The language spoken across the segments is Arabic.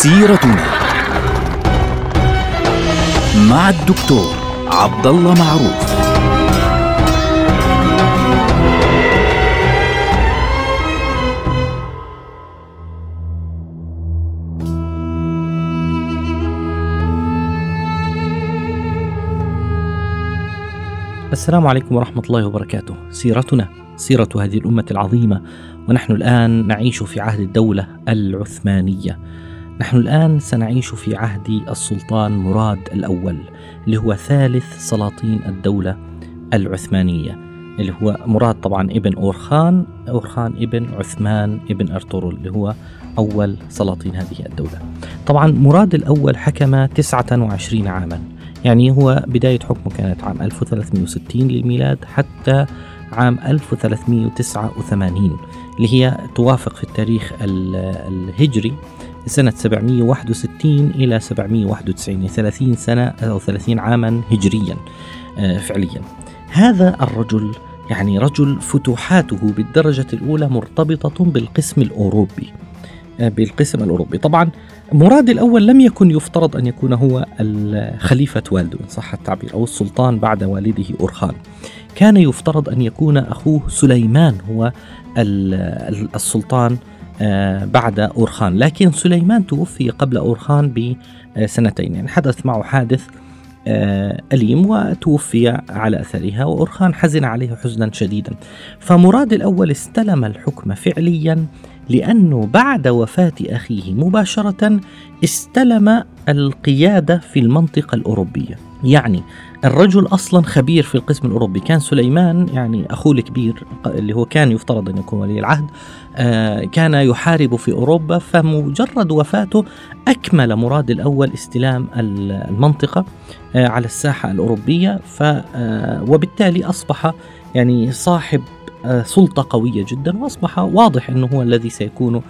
سيرتنا مع الدكتور عبد الله معروف. السلام عليكم ورحمة الله وبركاته. سيرتنا سيرة هذه الأمة العظيمة، ونحن الآن نعيش في عهد الدولة العثمانية. نحن الآن سنعيش في عهد السلطان مراد الأول، اللي هو ثالث سلاطين الدولة العثمانية، اللي هو مراد طبعا ابن أورخان ابن عثمان ابن أرطغرل، اللي هو أول سلاطين هذه الدولة. طبعا مراد الأول حكم 29 عاما، يعني هو بداية حكمه كانت عام 1360 للميلاد حتى عام 1389، اللي هي توافق في التاريخ الهجري سنة 761 إلى 791، 30 سنة أو 30 عاما هجريا فعليا. هذا الرجل يعني رجل فتوحاته بالدرجة الأولى مرتبطة بالقسم الأوروبي. طبعا مراد الأول لم يكن يفترض أن يكون هو الخليفة والده إن صح التعبير، أو السلطان بعد والده أورخان. كان يفترض أن يكون أخوه سليمان هو السلطان بعد أورخان، لكن سليمان توفي قبل أورخان بسنتين، يعني حدث معه حادث أليم وتوفي على أثرها، وأورخان حزن عليه حزنا شديدا. فمراد الأول استلم الحكم فعليا لأنه بعد وفاة أخيه مباشرة استلم القيادة في المنطقة الأوروبية. يعني الرجل أصلا خبير في القسم الأوروبي. كان سليمان يعني أخوه الكبير اللي هو كان يفترض أن يكون ولي العهد، كان يحارب في أوروبا، فمجرد وفاته أكمل مراد الأول استلام المنطقة على الساحة الأوروبية، وبالتالي أصبح يعني صاحب سلطة قوية جدا، وأصبح واضح أنه هو الذي سيكون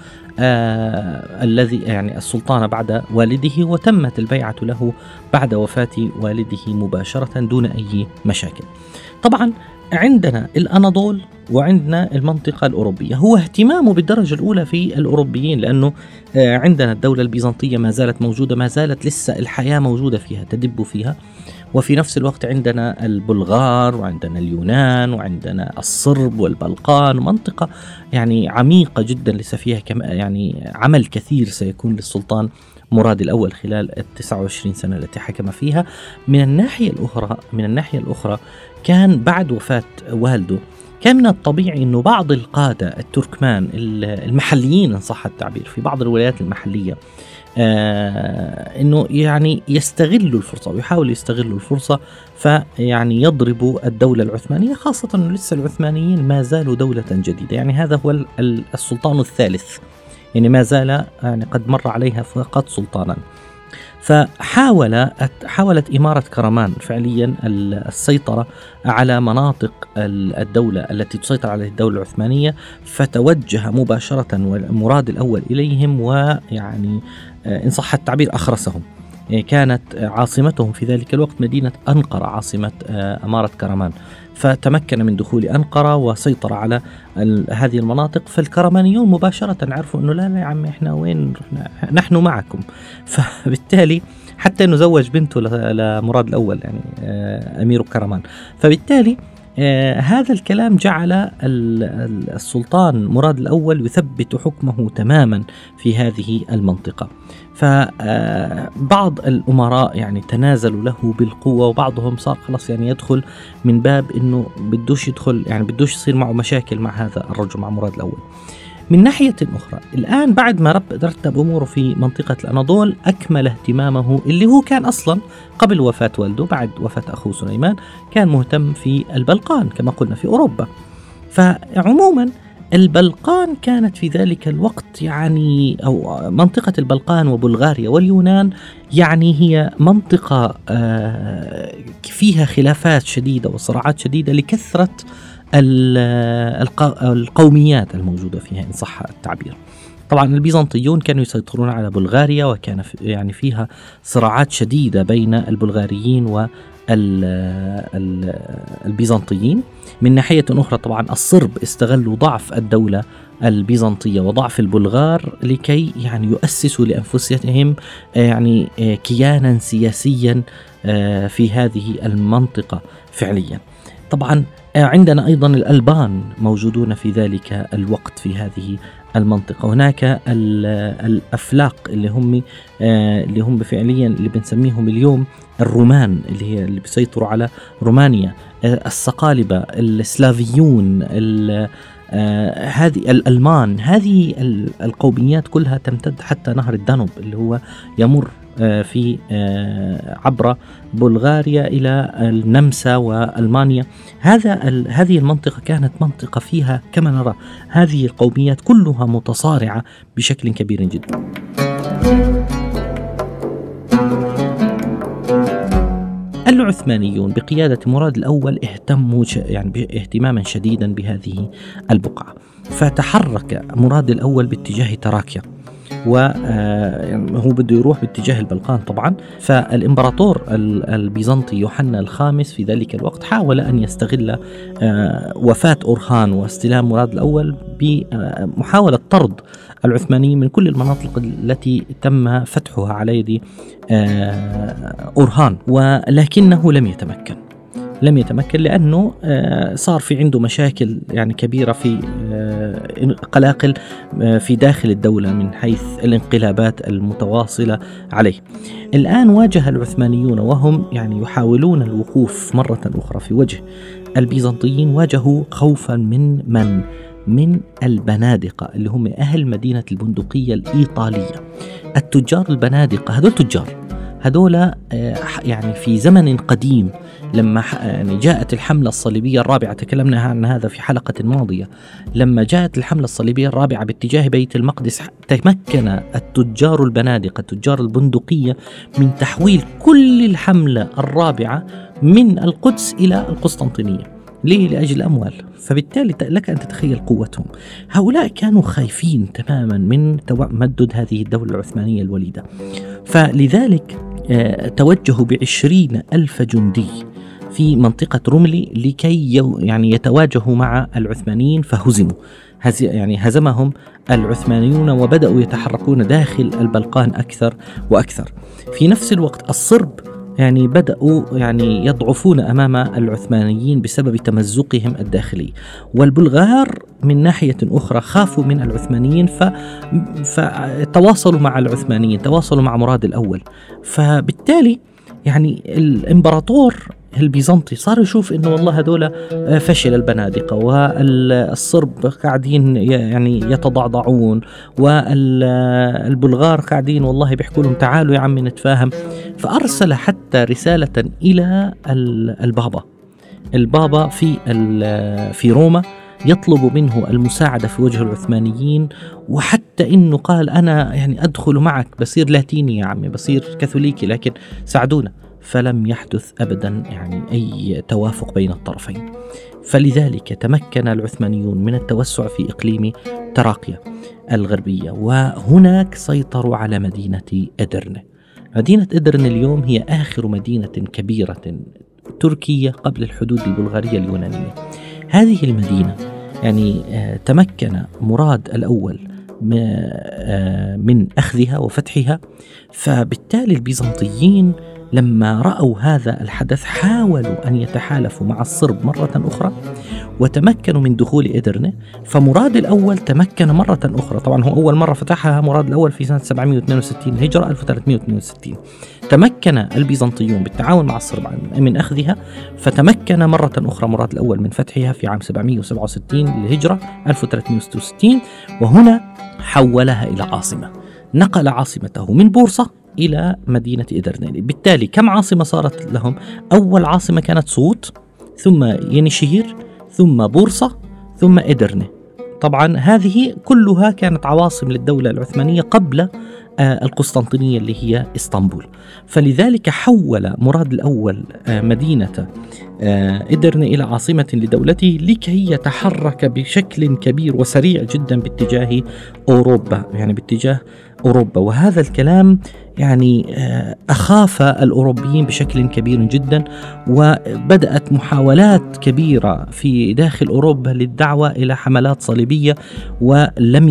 الذي يعني السلطان بعد والده، وتمت البيعة له بعد وفاة والده مباشرة دون أي مشاكل. طبعا عندنا الأناضول وعندنا المنطقة الأوروبية. هو اهتمامه بالدرجة الأولى في الأوروبيين، لأنه عندنا الدولة البيزنطية ما زالت موجودة، ما زالت لسه الحياة موجودة فيها تدب فيها، وفي نفس الوقت عندنا البلغار وعندنا اليونان وعندنا الصرب والبلقان، منطقة يعني عميقة جدا لسه فيها يعني عمل كثير سيكون للسلطان مراد الأول خلال 29 سنة التي حكم فيها. من الناحية الأخرى كان بعد وفاة والده كان من الطبيعي أنه بعض القادة التركمان المحليين إن صح التعبير في بعض الولايات المحلية أنه يعني يستغلوا الفرصة ويحاولوا يستغلوا الفرصة، فيعني يضربوا الدولة العثمانية، خاصة أنه لسه العثمانيين ما زالوا دولة جديدة. يعني هذا هو السلطان الثالث، يعني ما زال يعني قد مر عليها فقط سلطانا. فحاولت إمارة كرمان فعليا السيطرة على مناطق الدولة التي تسيطر عليها الدولة العثمانية، فتوجه مباشرة مراد الأول إليهم، ويعني إن صح التعبير أخرسهم. كانت عاصمتهم في ذلك الوقت مدينة أنقرة، عاصمة إمارة كرمان، فتمكن من دخول أنقرة وسيطر على هذه المناطق. فالكرمانيون مباشرة عرفوا أنه لا يا عمي إحنا وين نحن معكم. فبالتالي حتى أنه زوج بنته لمراد الأول يعني أمير كرمان. فبالتالي هذا الكلام جعل السلطان مراد الأول يثبت حكمه تماما في هذه المنطقة. فبعض الأمراء يعني تنازلوا له بالقوة، وبعضهم صار خلاص يعني يدخل من باب إنه بدوش يدخل، يعني بدوش يصير معه مشاكل مع هذا الرجل مع مراد الأول. من ناحية أخرى الآن بعد ما رتب أموره في منطقة الأناضول، أكمل اهتمامه اللي هو كان أصلا قبل وفاة والده بعد وفاة أخوه سليمان، كان مهتم في البلقان كما قلنا في أوروبا. فعموما البلقان كانت في ذلك الوقت يعني أو منطقة البلقان وبلغاريا واليونان يعني هي منطقة فيها خلافات شديدة وصراعات شديدة لكثرة القوميات الموجودة فيها إن صح التعبير. طبعا البيزنطيون كانوا يسيطرون على بلغاريا، وكان يعني فيها صراعات شديدة بين البلغاريين والبيزنطيين. من ناحية أخرى طبعا الصرب استغلوا ضعف الدولة البيزنطية وضعف البلغار لكي يعني يؤسسوا لأنفسهم يعني كيانا سياسيا في هذه المنطقة فعليا. طبعا عندنا أيضا الألبان موجودون في ذلك الوقت في هذه المنطقة. هناك الأفلاق اللي هم فعليا اللي بنسميهم اليوم الرومان، اللي بيسيطروا على رومانيا، الصقالبة، السلافيون، هذه الألمان. هذه القوميات كلها تمتد حتى نهر الدانوب اللي هو يمر في عبر بلغاريا إلى النمسا وألمانيا. هذه المنطقة كانت منطقة فيها كما نرى هذه القوميات كلها متصارعة بشكل كبير جدا. العثمانيون بقيادة مراد الأول اهتموا يعني اهتماما شديدا بهذه البقعة، فتحرك مراد الأول باتجاه تراكيا، وهو بده يروح باتجاه البلقان طبعا. فالإمبراطور البيزنطي يوحنا الخامس في ذلك الوقت حاول أن يستغل وفاة أورخان واستلام مراد الأول بمحاولة طرد العثمانيين من كل المناطق التي تم فتحها على يد أورخان، ولكنه لم يتمكن لأنه صار في عنده مشاكل يعني كبيرة في قلاقل في داخل الدولة من حيث الانقلابات المتواصلة عليه. الآن واجه العثمانيون وهم يعني يحاولون الوقوف مرة أخرى في وجه البيزنطيين، واجهوا خوفا من البنادقة اللي هم أهل مدينة البندقية الإيطالية. التجار البنادقة هذول يعني في زمن قديم لما يعني جاءت الحملة الصليبية الرابعة، تكلمنا عن هذا في حلقة ماضية، لما جاءت الحملة الصليبية الرابعة باتجاه بيت المقدس تمكن التجار البنادقة تجار البندقية من تحويل كل الحملة الرابعة من القدس إلى القسطنطينية. ليه؟ لأجل الأموال. فبالتالي لك أن تتخيل قوتهم. هؤلاء كانوا خايفين تماما من تمدد هذه الدولة العثمانية الوليدة، فلذلك توجهوا ب20,000 جندي في منطقة رملي لكي يعني يتواجهوا مع العثمانيين، فهزموا. يعني هزمهم العثمانيون وبدأوا يتحركون داخل البلقان أكثر وأكثر. في نفس الوقت الصرب يعني بدأوا يعني يضعفون أمام العثمانيين بسبب تمزقهم الداخلي، والبلغار من ناحية أخرى خافوا من العثمانيين فتواصلوا مع العثمانيين، تواصلوا مع مراد الأول. فبالتالي يعني الإمبراطور البيزنطي صار يشوف إنه والله هذول فشل البنادقة والصرب قاعدين يعني يتضعضعون، والبلغار قاعدين والله بيحكوا لهم تعالوا يا عم نتفاهم. فأرسل حتى رسالة إلى البابا في روما يطلب منه المساعدة في وجه العثمانيين، وحتى إنه قال أنا يعني أدخل معك، بصير لاتيني يا عمي، بصير كاثوليكي، لكن ساعدونا. فلم يحدث أبدا يعني أي توافق بين الطرفين. فلذلك تمكن العثمانيون من التوسع في إقليم تراقيا الغربية، وهناك سيطروا على مدينة إدرنة. مدينة إدرنة اليوم هي آخر مدينة كبيرة تركية قبل الحدود البلغارية اليونانية. هذه المدينة يعني تمكن مراد الأول من أخذها وفتحها. فبالتالي البيزنطيين لما رأوا هذا الحدث حاولوا أن يتحالفوا مع الصرب مرة أخرى وتمكنوا من دخول إدرنة. فمراد الأول تمكن مرة أخرى، طبعا هو أول مرة فتحها مراد الأول في سنة 762 الهجرة 1362. تمكن البيزنطيون بالتعاون مع الصرب من أخذها، فتمكن مرة أخرى مراد الأول من فتحها في عام 767 الهجرة 1366، وهنا حولها إلى عاصمة، نقل عاصمته من بورصة إلى مدينة إدرنة. بالتالي كم عاصمة صارت لهم؟ أول عاصمة كانت صوت، ثم ينشهير، ثم بورصة، ثم إدرنة. طبعا هذه كلها كانت عواصم للدولة العثمانية قبل القسطنطينية اللي هي إسطنبول. فلذلك حول مراد الأول مدينة إدرنة إلى عاصمة لدولته لكي يتحرك بشكل كبير وسريع جدا باتجاه أوروبا، يعني باتجاه أوروبا. وهذا الكلام يعني أخاف الأوروبيين بشكل كبير جدا، وبدأت محاولات كبيرة في داخل أوروبا للدعوة إلى حملات صليبية، ولم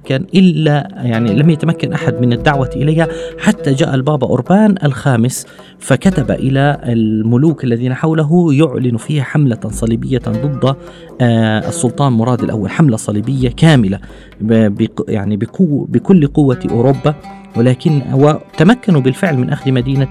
يتمكن أحد من الدعوة إليها حتى جاء البابا أوربان الخامس فكتب إلى الملوك الذين حوله يعلن فيها حملة صليبية ضد السلطان مراد الأول، حملة صليبية كاملة يعني بكل قوة أوروبا. وتمكنوا بالفعل من أخذ مدينة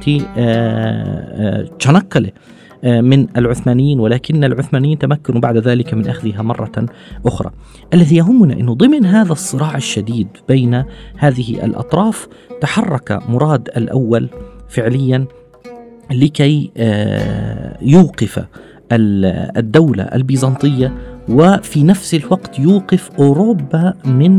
تشانكلة من العثمانيين، ولكن العثمانيين تمكنوا بعد ذلك من أخذها مرة أخرى. الذي يهمنا أنه ضمن هذا الصراع الشديد بين هذه الأطراف تحرك مراد الأول فعليا لكي يوقف الدولة البيزنطية، وفي نفس الوقت يوقف أوروبا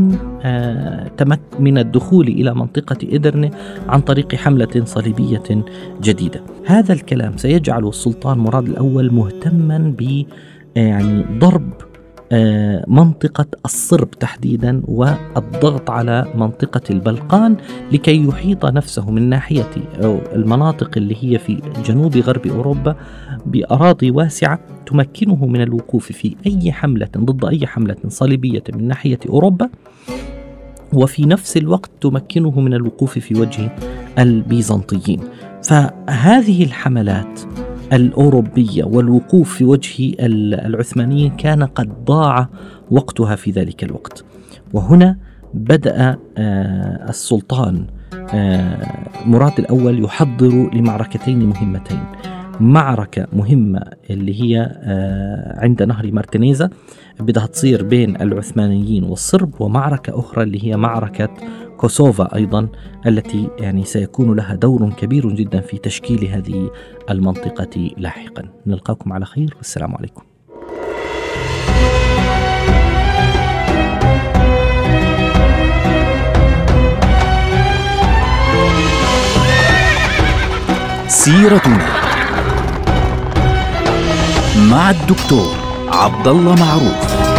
من الدخول إلى منطقة إدرنة عن طريق حملة صليبية جديدة. هذا الكلام سيجعل السلطان مراد الأول مهتما يعني ضرب منطقة الصرب تحديدا والضغط على منطقة البلقان لكي يحيط نفسه من ناحية المناطق اللي هي في جنوب غرب أوروبا بأراضي واسعة تمكنه من الوقوف في أي حملة ضد أي حملة صليبية من ناحية أوروبا، وفي نفس الوقت تمكنه من الوقوف في وجه البيزنطيين. فهذه الحملات الأوروبية والوقوف في وجه العثمانيين كان قد ضاع وقتها في ذلك الوقت. وهنا بدأ السلطان مراد الأول يحضر لمعركتين مهمتين: معركة مهمة اللي هي عند نهر مارتينيزا بدها تصير بين العثمانيين والصرب، ومعركة أخرى اللي هي معركة كوسوفا أيضا التي يعني سيكون لها دور كبير جدا في تشكيل هذه المنطقة لاحقا. نلقاكم على خير والسلام عليكم. سيرتنا مع الدكتور عبد الله معروف.